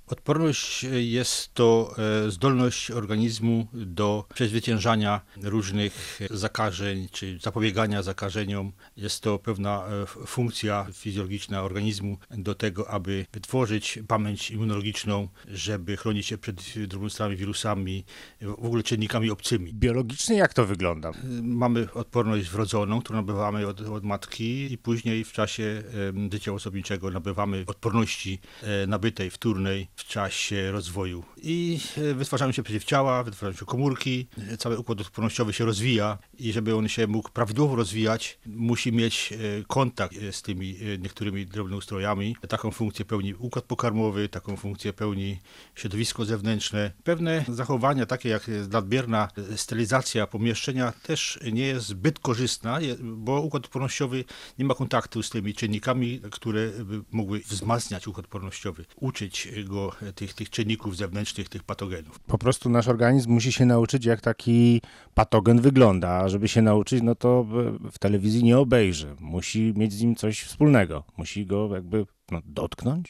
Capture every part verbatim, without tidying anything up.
Odporność jest to zdolność organizmu do przezwyciężania różnych zakażeń czy zapobiegania zakażeniom. Jest to pewna funkcja fizjologiczna organizmu do tego, aby wytworzyć pamięć immunologiczną, żeby chronić się przed drobnoustrojami, wirusami, w ogóle czynnikami obcymi. Biologicznie jak to wygląda? Mamy odporność wrodzoną, którą nabywamy od, od matki i później w czasie życia osobniczego nabywamy odporności nabytej, wtórnej w czasie rozwoju. I wytwarzają się przeciwciała, wytwarzają się komórki, cały układ odpornościowy się rozwija i żeby on się mógł prawidłowo rozwijać, musi mieć kontakt z tymi niektórymi drobnoustrojami. Taką funkcję pełni układ pokarmowy, taką funkcję pełni środowisko zewnętrzne. Pewne zachowania, takie jak nadmierna sterylizacja pomieszczenia, też nie jest zbyt korzystna, bo układ odpornościowy nie ma kontaktu z tymi czynnikami, które by mogły wzmacniać układ odpornościowy, uczyć go tych, tych czynników zewnętrznych, tych patogenów. Po prostu nasz organizm musi się nauczyć, jak taki patogen wygląda, a żeby się nauczyć, no to w telewizji nie obejrzy. Musi mieć z nim coś wspólnego. Musi go jakby no, dotknąć.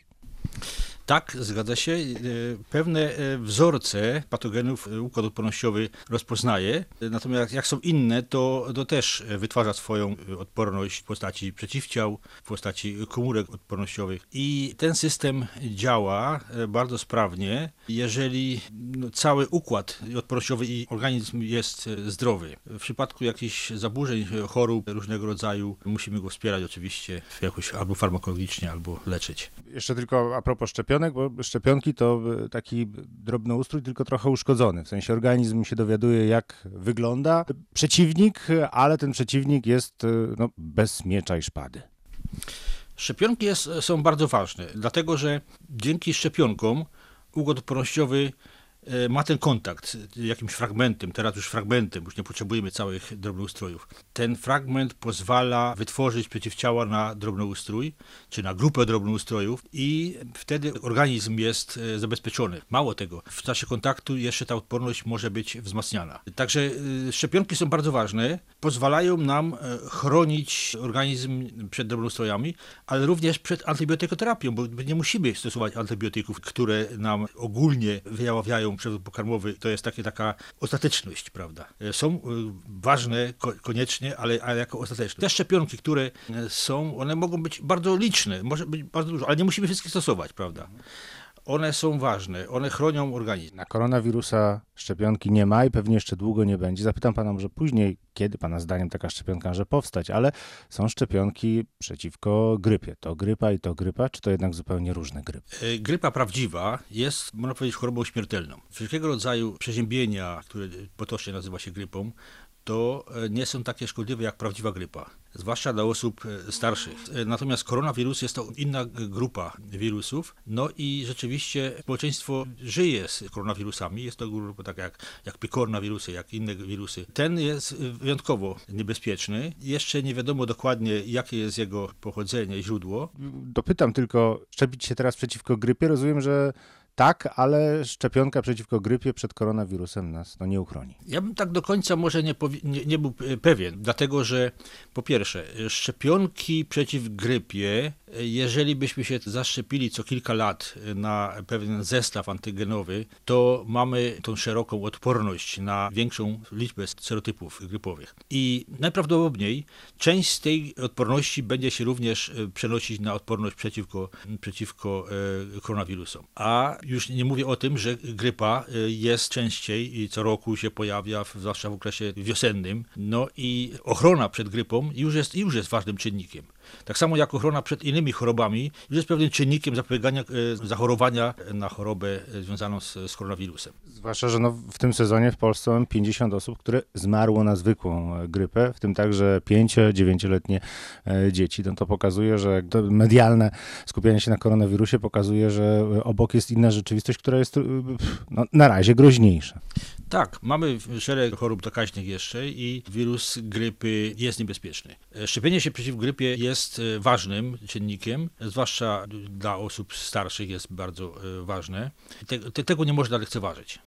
Tak, zgadza się. Pewne wzorce patogenów układ odpornościowy rozpoznaje, natomiast jak są inne, to, to też wytwarza swoją odporność w postaci przeciwciał, w postaci komórek odpornościowych. I ten system działa bardzo sprawnie, jeżeli no, cały układ odpornościowy i organizm jest zdrowy. W przypadku jakichś zaburzeń, chorób różnego rodzaju musimy go wspierać oczywiście jakoś albo farmakologicznie, albo leczyć. Jeszcze tylko a propos szczepionek, bo szczepionki to taki drobnoustrój, tylko trochę uszkodzony. W sensie organizm się dowiaduje, jak wygląda przeciwnik, ale ten przeciwnik jest no, bez miecza i szpady. Szczepionki jest, są bardzo ważne, dlatego że dzięki szczepionkom układ odpornościowy ma ten kontakt jakimś fragmentem, teraz już fragmentem, już nie potrzebujemy całych drobnoustrojów. Ten fragment pozwala wytworzyć przeciwciała na drobnoustrój, czy na grupę drobnoustrojów i wtedy organizm jest zabezpieczony. Mało tego, w czasie kontaktu jeszcze ta odporność może być wzmacniana. Także szczepionki są bardzo ważne, pozwalają nam chronić organizm przed drobnoustrojami, ale również przed antybiotykoterapią, bo nie musimy stosować antybiotyków, które nam ogólnie wyjawiają przewód pokarmowy. To jest takie, taka ostateczność, prawda. Są ważne ko- koniecznie, ale, ale jako ostateczność. Te szczepionki, które są, one mogą być bardzo liczne, może być bardzo dużo, ale nie musimy wszystkich stosować, prawda. One są ważne, one chronią organizm. Na koronawirusa szczepionki nie ma i pewnie jeszcze długo nie będzie. Zapytam pana może później, kiedy pana zdaniem taka szczepionka może powstać, ale są szczepionki przeciwko grypie. To grypa i to grypa, czy to jednak zupełnie różne grypy? Grypa prawdziwa jest, można powiedzieć, chorobą śmiertelną. Wszelkiego rodzaju przeziębienia, które potocznie nazywa się grypą, to nie są takie szkodliwe jak prawdziwa grypa, zwłaszcza dla osób starszych. Natomiast koronawirus jest to inna grupa wirusów, no i rzeczywiście społeczeństwo żyje z koronawirusami, jest to grupa taka jak, jak pikornawirusy, jak inne wirusy. Ten jest wyjątkowo niebezpieczny, jeszcze nie wiadomo dokładnie, jakie jest jego pochodzenie i źródło. Dopytam tylko, szczepić się teraz przeciwko grypie, rozumiem, że tak, ale szczepionka przeciwko grypie przed koronawirusem nas no, nie uchroni. Ja bym tak do końca może nie, powi- nie, nie był pewien, dlatego że po pierwsze, szczepionki przeciw grypie, jeżeli byśmy się zaszczepili co kilka lat na pewien zestaw antygenowy, to mamy tą szeroką odporność na większą liczbę serotypów grypowych. I najprawdopodobniej część z tej odporności będzie się również przenosić na odporność przeciwko, przeciwko e, koronawirusom. A już nie mówię o tym, że grypa jest częściej i co roku się pojawia, zwłaszcza w okresie wiosennym. No i ochrona przed grypą już jest, już jest ważnym czynnikiem. Tak samo jak ochrona przed innymi chorobami już jest pewnym czynnikiem zapobiegania e, zachorowania na chorobę związaną z, z koronawirusem. Zwłaszcza, że no w tym sezonie w Polsce mamy pięćdziesiąt osób, które zmarło na zwykłą grypę, w tym także pięcio-dziewięcioletnie dzieci. No to pokazuje, że to medialne skupianie się na koronawirusie pokazuje, że obok jest inna rzeczywistość, która jest no, na razie groźniejsza. Tak, mamy szereg chorób zakaźnych jeszcze i wirus grypy jest niebezpieczny. Szczepienie się przeciw grypie jest ważnym czynnikiem, zwłaszcza dla osób starszych jest bardzo ważne. Te, te, tego nie można lekceważyć.